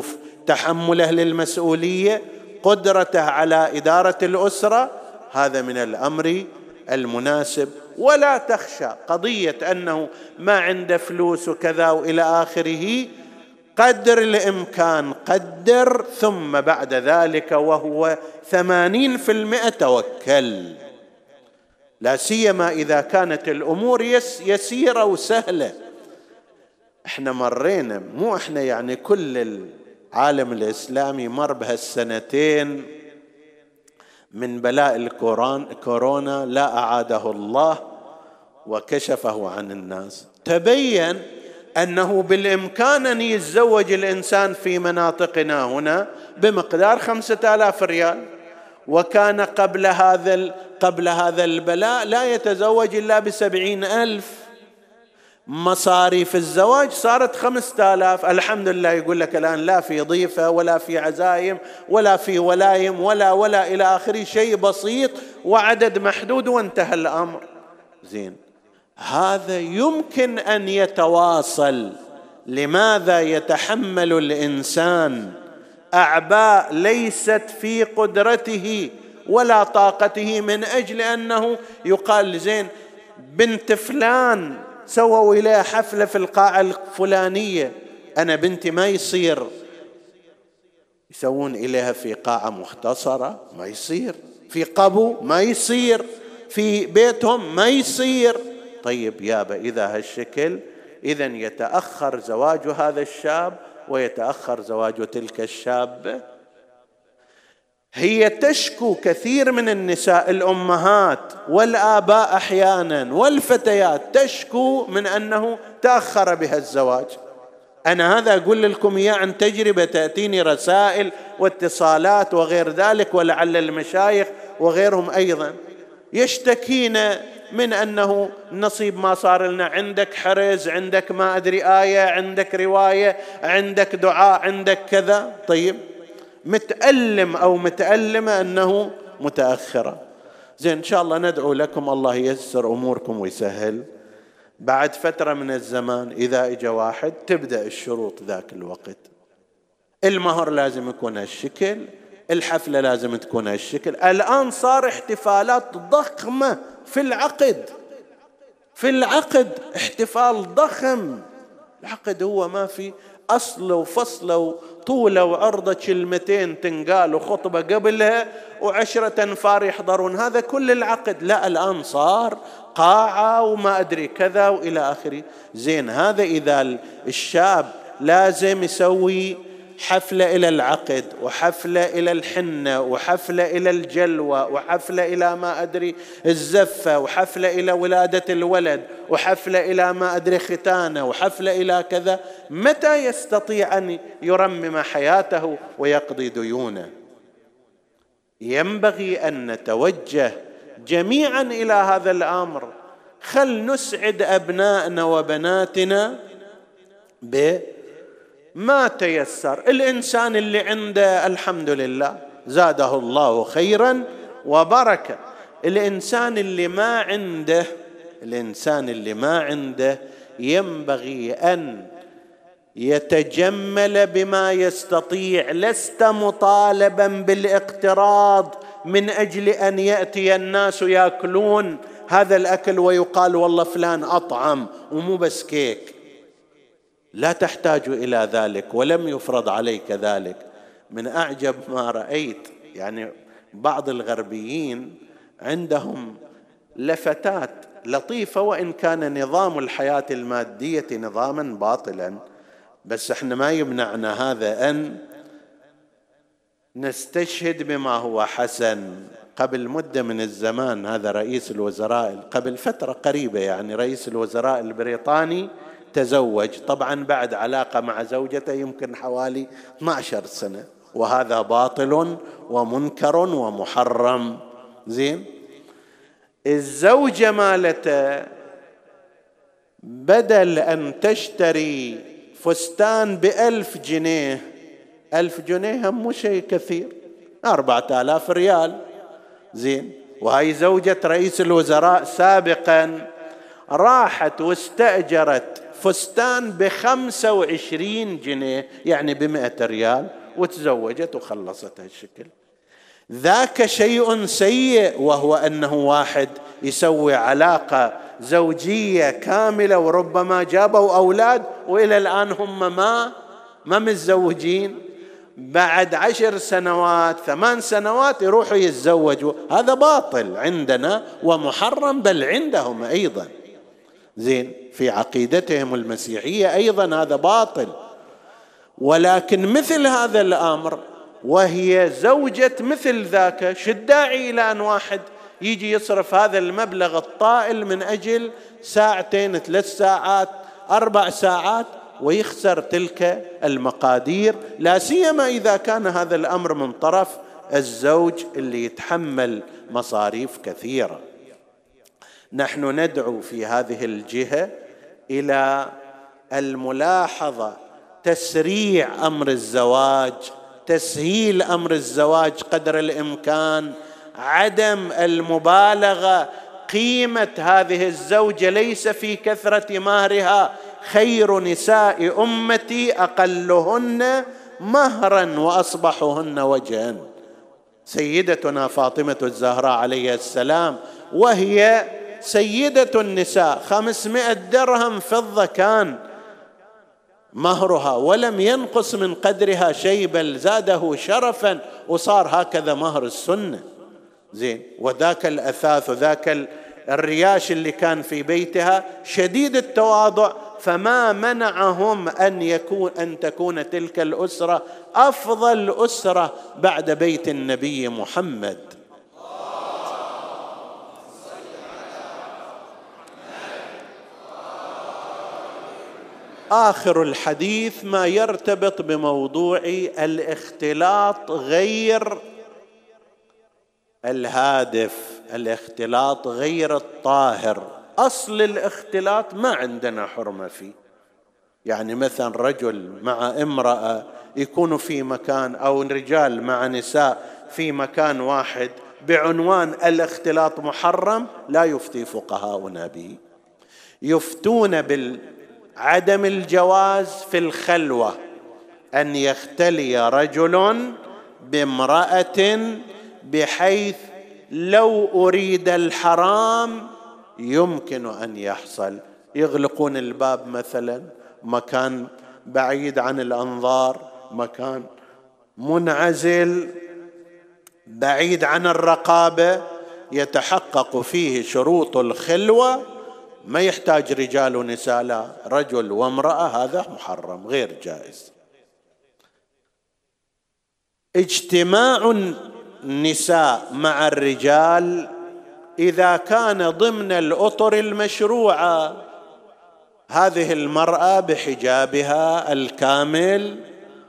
تحمله للمسؤولية، قدرته على إدارة الأسرة، هذا من الأمر المناسب. ولا تخشى قضية أنه ما عنده فلوس وكذا وإلى آخره، قدر الإمكان قدر، ثم بعد ذلك وهو ثمانين في المئة توكل، لا سيما إذا كانت الأمور يس يسيرة وسهلة. احنا مرينا، مو احنا يعني كل العالم الإسلامي مر بهالسنتين من بلاء الكورونا لا أعاده الله وكشفه عن الناس. تبين أنه بالإمكان أن يتزوج الإنسان في مناطقنا هنا بمقدار خمسة آلاف ريال، وكان قبل هذا قبل هذا البلاء لا يتزوج إلا بسبعين ألف. مصاريف الزواج صارت خمسة آلاف. الحمد لله يقول لك الآن لا في ضيفة ولا في عزايم ولا في ولايم ولا ولا إلى آخره، شيء بسيط وعدد محدود وانتهى الأمر. زين، هذا يمكن أن يتواصل. لماذا يتحمل الإنسان أعباء ليست في قدرته ولا طاقته من أجل أنه يقال زين بنت فلان سووا إليها حفلة في القاعة الفلانية، أنا بنتي ما يصير يسوون إليها في قاعة مختصرة، ما يصير في قبو، ما يصير في بيتهم، ما يصير. طيب يابا إذا هالشكل، إذن يتأخر زواج هذا الشاب ويتأخر زواج تلك الشابة. هي تشكو، كثير من النساء الأمهات والآباء أحيانا والفتيات تشكو من أنه تأخر بها الزواج. أنا هذا أقول لكم إياه عن تجربة، تأتيني رسائل واتصالات وغير ذلك، ولعل المشايخ وغيرهم أيضا يشتكين من أنه نصيب ما صار لنا، عندك حرز، عندك ما أدري آية، عندك رواية، عندك دعاء، عندك كذا. طيب متألم أو متألمة أنه متأخرة. زين، إن شاء الله ندعو لكم الله ييسر أموركم ويسهل. بعد فترة من الزمان إذا إجا واحد تبدأ الشروط ذاك الوقت، المهر لازم يكون هالشكل، الحفلة لازم تكون هالشكل. الآن صار احتفالات ضخمة في العقد، في العقد احتفال ضخم. العقد هو ما في أصل وفصل وطولة وعرضة، كلمتين تنقال وخطبة قبلها وعشرة أنفار يحضرون، هذا كل العقد. لا، الآن صار قاعة وما أدري كذا وإلى آخره. زين، هذا إذا الشاب لازم يسوي حفلة إلى العقد، وحفلة إلى الحنة، وحفلة إلى الجلوة، وحفلة إلى ما أدري الزفة، وحفلة إلى ولادة الولد، وحفلة إلى ما أدري ختانة، وحفلة إلى كذا، متى يستطيع أن يرمم حياته ويقضي ديونه؟ ينبغي أن نتوجه جميعا إلى هذا الأمر. خل نسعد أبنائنا وبناتنا بما تيسر. الإنسان اللي عنده الحمد لله زاده الله خيرا وبركة. الإنسان اللي ما عنده الإنسان اللي ما عنده ينبغي أن يتجمل بما يستطيع. لست مطالبا بالاقتراض من أجل أن يأتي الناس يأكلون هذا الأكل ويقال والله فلان أطعم، ومو بس كيك. لا تحتاج إلى ذلك، ولم يفرض عليك ذلك. من أعجب ما رأيت يعني بعض الغربيين عندهم لفتات لطيفة، وإن كان نظام الحياة المادية نظاما باطلا، بس احنا ما يمنعنا هذا أن نستشهد بما هو حسن. قبل مدة من الزمان هذا رئيس الوزراء، قبل فترة قريبة يعني، رئيس الوزراء البريطاني تزوج، طبعا بعد علاقة مع زوجته يمكن حوالي اثنتي عشرة سنة، وهذا باطل ومنكر ومحرم. زين، الزوجة مالته بدل أن تشتري فستان بألف جنيه، ألف جنيه هم مو شيء كثير، أربعة آلاف ريال. زين، وهي زوجة رئيس الوزراء سابقا، راحت واستأجرت فستان بخمسة وعشرين جنيه، يعني بمئة ريال، وتزوجت وخلصت هالشكل. ذاك شيء سيء، وهو أنه واحد يسوي علاقة زوجية كاملة وربما جابوا أولاد وإلى الآن هم ما ما متزوجين، بعد عشر سنوات ثمان سنوات يروحوا يتزوجوا. هذا باطل عندنا ومحرم، بل عندهم أيضا زين في عقيدتهم المسيحية أيضا هذا باطل. ولكن مثل هذا الأمر وهي زوجة مثل ذاك، شو الداعي إلى أن واحد يجي يصرف هذا المبلغ الطائل من أجل ساعتين ثلاث ساعات أربع ساعات ويخسر تلك المقادير، لا سيما إذا كان هذا الأمر من طرف الزوج اللي يتحمل مصاريف كثيرة. نحن ندعو في هذه الجهة إلى الملاحظة، تسريع أمر الزواج، تسهيل أمر الزواج قدر الإمكان، عدم المبالغة. قيمة هذه الزوجة ليس في كثرة مهرها، خير نساء أمتي أقلهن مهرا وأصبحهن وجها. سيدتنا فاطمة الزهراء عليه السلام وهي سيدة النساء، خمسمائة درهم فضة كان مهرها ولم ينقص من قدرها شيء، بل زاده شرفا وصار هكذا مهر السنة. زين، وذاك الأثاث وذاك الرياش اللي كان في بيتها شديد التواضع، فما منعهم أن يكون أن تكون تلك الأسرة أفضل أسرة بعد بيت النبي محمد. آخر الحديث ما يرتبط بموضوع الاختلاط غير الهادف، الاختلاط غير الطاهر. أصل الاختلاط ما عندنا حرمة فيه، يعني مثلا رجل مع امرأة يكون في مكان، أو رجال مع نساء في مكان واحد بعنوان الاختلاط محرم، لا يفتي فقهاؤنا به. يفتون بالعدم الجواز في الخلوة، أن يختلي رجل بامرأة بحيث لو أريد الحرام يمكن أن يحصل. يغلقون الباب مثلا، مكان بعيد عن الأنظار، مكان منعزل بعيد عن الرقابة، يتحقق فيه شروط الخلوة، ما يحتاج رجال ونساء، لا، رجل وامرأة، هذا محرم غير جائز. اجتماع النساء مع الرجال إذا كان ضمن الأطر المشروعة، هذه المرأة بحجابها الكامل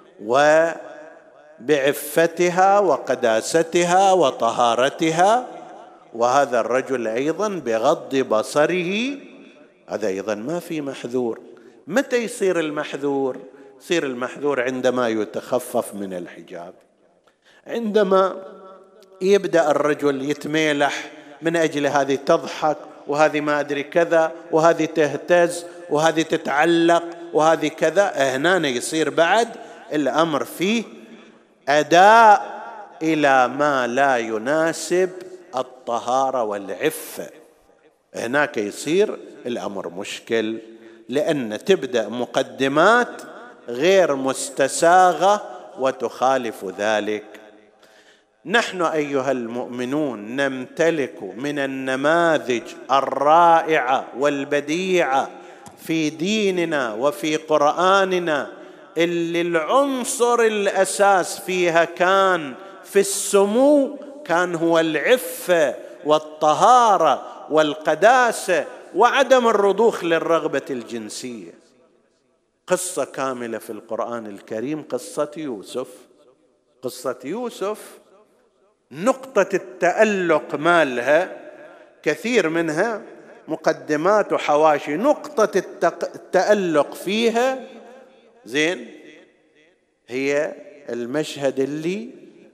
وبعفتها وقداستها وطهارتها، وهذا الرجل أيضا بغض بصره، هذا أيضا ما في محذور. متى يصير المحذور؟ يصير المحذور عندما يتخفف من الحجاب، عندما يبدأ الرجل يتميلح من أجل هذه تضحك وهذه ما أدري كذا وهذه تهتز وهذه تتعلق وهذه كذا، هنا يصير بعد الأمر فيه أداء إلى ما لا يناسب الطهارة والعفة. هناك يصير الأمر مشكل، لأن تبدأ مقدمات غير مستساغة وتخالف ذلك. نحن أيها المؤمنون نمتلك من النماذج الرائعة والبديعة في ديننا وفي قرآننا، اللي العنصر الأساس فيها كان في السمو، كان هو العفة والطهارة والقداسة وعدم الرضوخ للرغبة الجنسية. قصة كاملة في القرآن الكريم، قصة يوسف. قصة يوسف نقطة التألق مالها كثير منها مقدمات وحواشي، نقطة التألق فيها زين هي المشهد اللي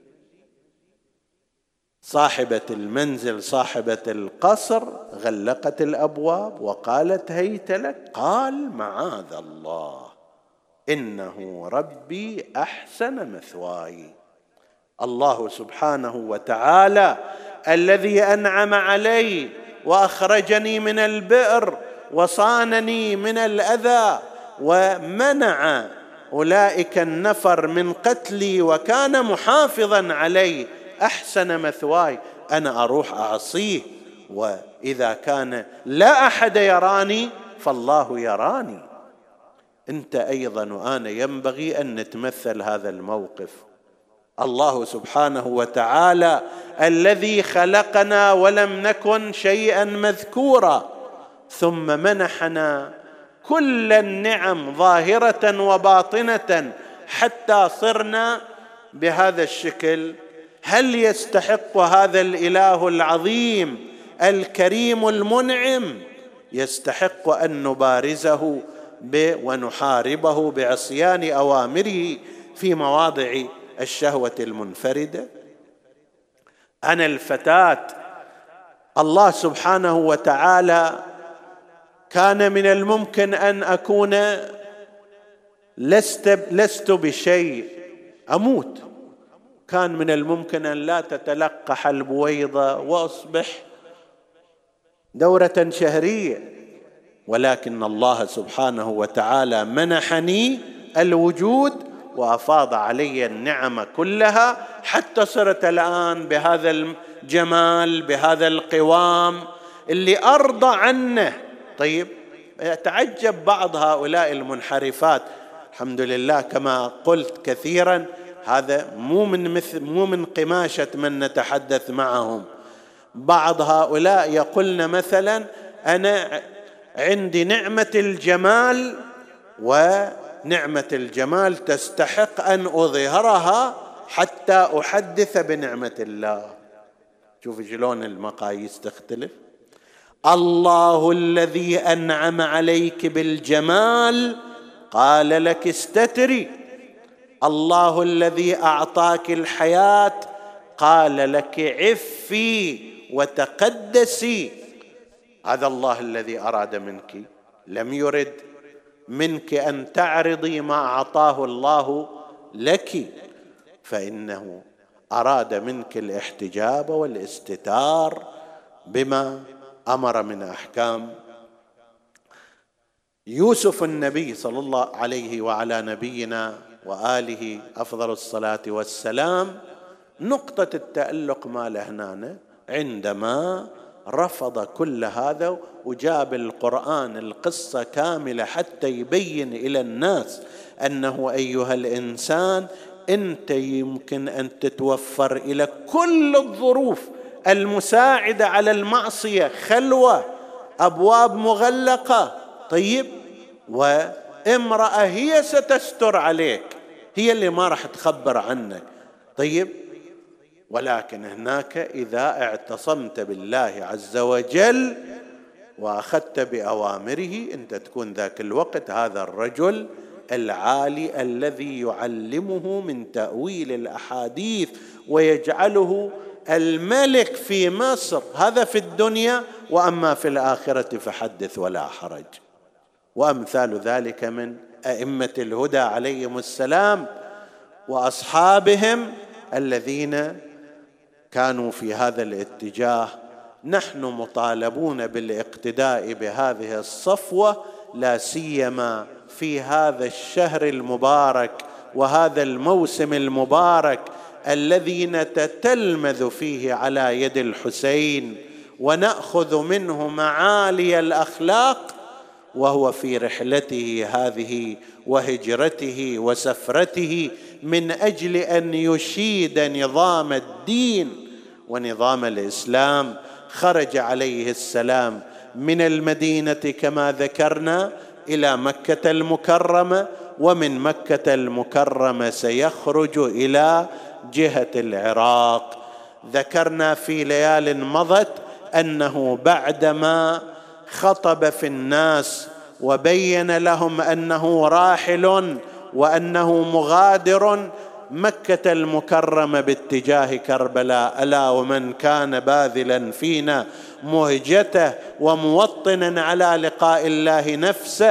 صاحبة المنزل صاحبة القصر غلقت الأبواب وقالت هيت لك، قال معاذ الله إنه ربي أحسن مثواي. الله سبحانه وتعالى الذي أنعم علي وأخرجني من البئر وصانني من الأذى ومنع أولئك النفر من قتلي وكان محافظا علي، أحسن مثواي. أنا أروح أعصيه، وإذا كان لا أحد يراني فالله يراني. أنت أيضا وأنا ينبغي أن نتمثل هذا الموقف. الله سبحانه وتعالى الذي خلقنا ولم نكن شيئا مذكورا، ثم منحنا كل النعم ظاهرة وباطنة حتى صرنا بهذا الشكل. هل يستحق هذا الإله العظيم الكريم المنعم يستحق أن نبارزه ونحاربه بعصيان أوامره في مواضع الشهوة المنفردة؟ أنا الفتاة، الله سبحانه وتعالى كان من الممكن أن أكون لست, لست بشيء، أموت. كان من الممكن أن لا تتلقح البويضة وأصبح دورة شهرية، ولكن الله سبحانه وتعالى منحني الوجود وأفاض علي النعم كلها حتى صرت الآن بهذا الجمال، بهذا القوام اللي أرضى عنه. طيب، يتعجب بعض هؤلاء المنحرفات. الحمد لله كما قلت كثيرا، هذا مو من مثل مو من قماشة من نتحدث معهم. بعض هؤلاء يقولن مثلا أنا عندي نعمة الجمال، ونعمة الجمال تستحق أن أظهرها حتى أحدث بنعمة الله. شوف شلون المقاييس تختلف. الله الذي أنعم عليك بالجمال قال لك استتري، الله الذي أعطاك الحياة قال لك عفي وتقدسي. هذا الله الذي أراد منك، لم يرد منك أن تعرضي ما أعطاه الله لك، فإنه أراد منك الاحتجاب والاستتار بما أمر من أحكام. يوسف النبي صلى الله عليه وعلى نبينا وآله أفضل الصلاة والسلام، نقطة التألق ماله هنا عندما رفض كل هذا وجاب القرآن القصة كاملة حتى يبين إلى الناس أنه أيها الإنسان أنت يمكن أن تتوفر إلى كل الظروف المساعدة على المعصية، خلوة، أبواب مغلقة، طيب، وامرأة هي ستستر عليك، هي اللي ما راح تخبر عنك، طيب. ولكن هناك إذا اعتصمت بالله عز وجل وأخذت بأوامره أنت تكون ذاك الوقت هذا الرجل العالي الذي يعلمه من تأويل الأحاديث ويجعله الملك في مصر. هذا في الدنيا، وأما في الآخرة فحدث ولا حرج. وأمثال ذلك من أئمة الهدى عليهم السلام وأصحابهم الذين كانوا في هذا الاتجاه. نحن مطالبون بالاقتداء بهذه الصفوة، لا سيما في هذا الشهر المبارك وهذا الموسم المبارك الذي نتتلمذ فيه على يد الحسين ونأخذ منه معالي الأخلاق وهو في رحلته هذه وهجرته وسفرته من أجل أن يشيد نظام الدين ونظام الإسلام. خرج عليه السلام من المدينة كما ذكرنا إلى مكة المكرمة، ومن مكة المكرمة سيخرج إلى جهة العراق. ذكرنا في ليال مضت أنه بعدما خطب في الناس وبين لهم أنه راحل وأنه مغادر مكة المكرمة باتجاه كربلاء، ألا ومن كان باذلا فينا مهجته وموطنا على لقاء الله نفسه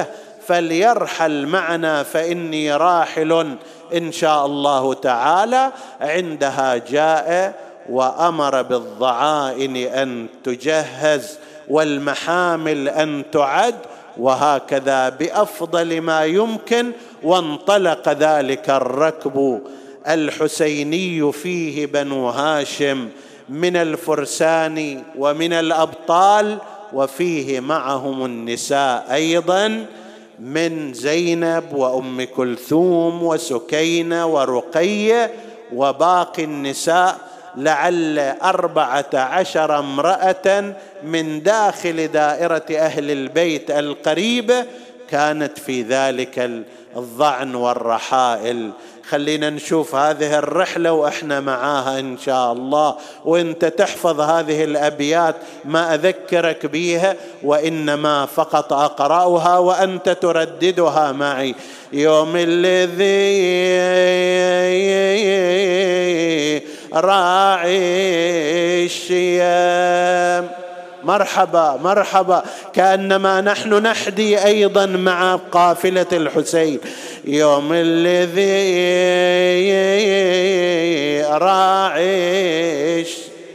فليرحل معنا فإني راحل إن شاء الله تعالى. عندها جاء وأمر بالضعائن أن تجهز والمحامل أن تعد، وهكذا بأفضل ما يمكن. وانطلق ذلك الركب الحسيني فيه بنو هاشم من الفرسان ومن الأبطال، وفيه معهم النساء أيضا من زينب وأم كلثوم وسكينة ورقية وباقي النساء، لعل أربعة عشر امرأة من داخل دائرة أهل البيت القريبة كانت في ذلك الظعن والرحائل. خلينا نشوف هذه الرحلة وإحنا معاها إن شاء الله، وإنت تحفظ هذه الأبيات ما أذكرك بيها، وإنما فقط أقرأها وأنت ترددها معي. يوم الذي راعي الشيام، مرحبا مرحبا، كأنما نحن نحدي أيضا مع قافلة الحسين. يوم الذي راعي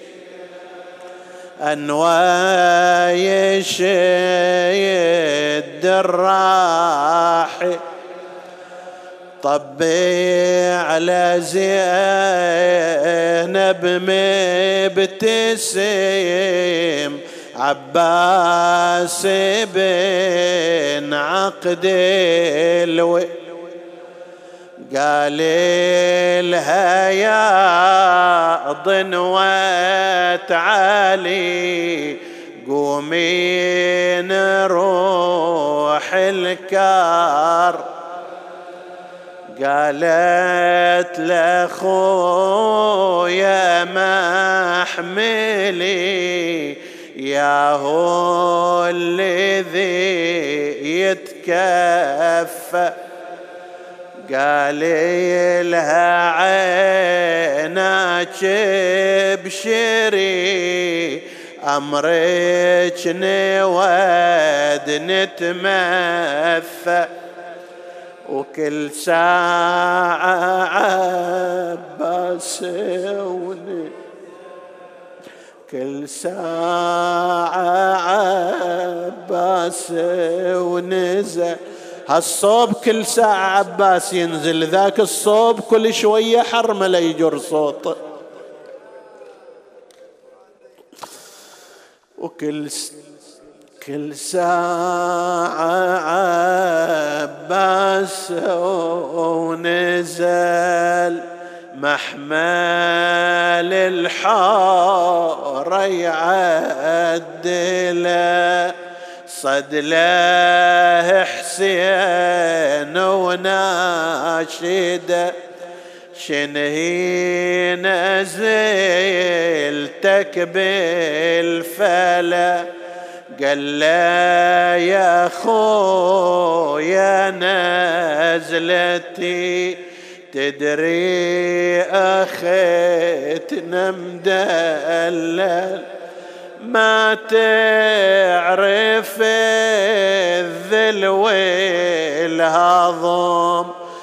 أنواي الدراح، طبي على زينب مبتسم، عباس بن عقد الو قال لها يا ضنوة علي قومي نروح الكار. قالت لأخويا محملي يا هو الذي يتكفى. قال لها عيناك بشري أمرك نود نتمثى، وكل ساعة عباس وني كل ساعة عباس ونزل. هالصوب كل ساعة عباس ينزل، ذاك الصوب كل شوية حرملة يجر صوته. وكل س... كل ساعة عباس ونزل، محمل الحار يعدله، صد له حسين وناشده، شنهي نزلتك بالفلا. قال لا يا خويا نزلتي تدري أخيتنا مدلل، ما تعرف الذل والهضم،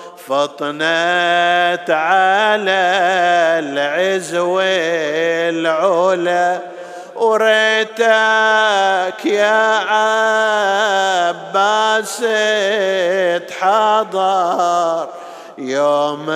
فطنت على العز والعلا، وريتك يا عباس تحضر يوم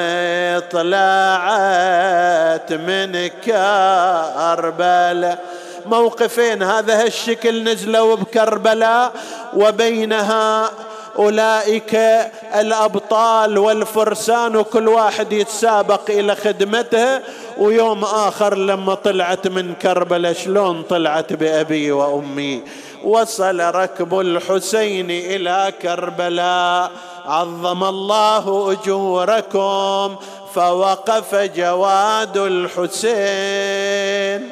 طلعت من كربلاء. موقفين هذا هالشكل نزلوا بكربلاء، وبينها أولئك الأبطال والفرسان وكل واحد يتسابق إلى خدمته. ويوم آخر لما طلعت من كربلاء شلون طلعت بأبي وأمي. وصل ركب الحسين إلى كربلاء، عظم الله أجوركم، فوقف جواد الحسين،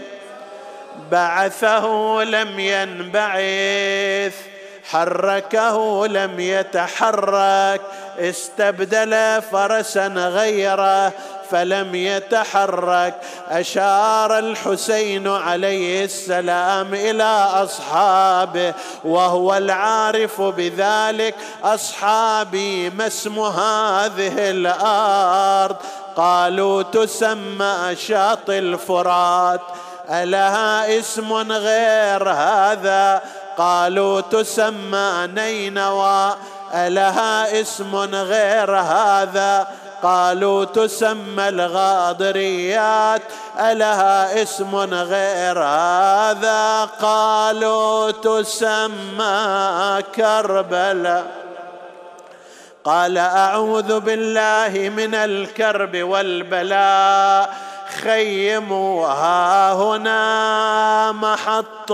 بعثه لم ينبعث، حركه لم يتحرك، استبدل فرسا غيره، فلم يتحرك. أشار الحسين عليه السلام إلى أصحابه وهو العارف بذلك: أصحابي، ما اسم هذه الأرض؟ قالوا: تسمى شاطئ الفرات. ألها اسم غير هذا؟ قالوا: تسمى نينوى. ألها اسم غير هذا؟ قالوا: تسمى الغاضريات. ألها اسم غير هذا؟ قالوا: تسمى كربلاء. قال: أعوذ بالله من الكرب والبلاء. خيموا، ها هنا محط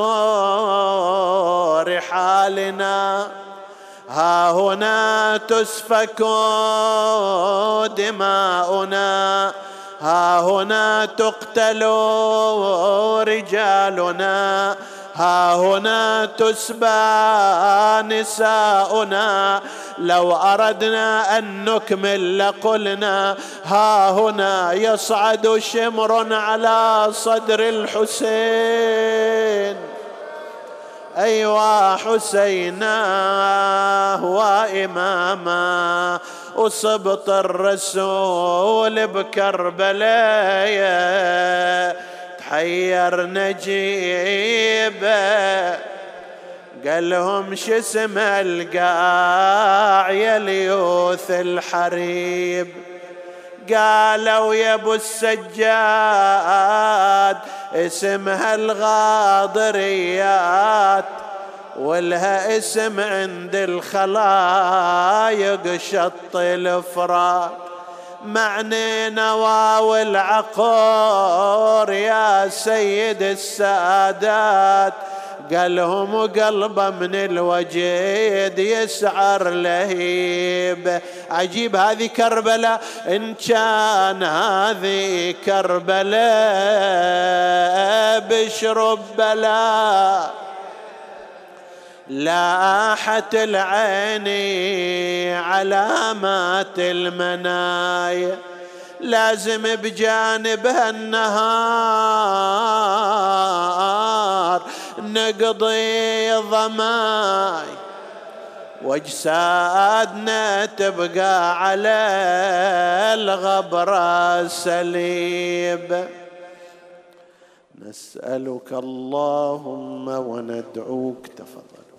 رحالنا، ها هنا تسفك دماؤنا، ها هنا تقتل رجالنا، ها هنا تسبى نساؤنا. لو أردنا أن نكمل لقلنا: ها هنا يصعد شمر على صدر الحسين. أيوا حسينا وإماما وصبط الرسول بكربلاء. تحير نجيبه قال لهم: شو اسم القاع يا ليوث الحريب؟ قالوا: يا ابو السجاد اسمها الغاضريات، ولها اسم عند الخلايق شط الفرات. معني نواوي العقور يا سيد السادات. قالهم: قلبه من الوجد يسعر لهيب. عجيب، هذه كربلاء. إن كان هذه كربلاء بشرب بلاء. لاحت العين علامات المنايا، لازم بجانبها النهار نقضي ضماي، واجسادنا تبقى على الغبرة سليب. نسألك اللهم وندعوك. تفضل.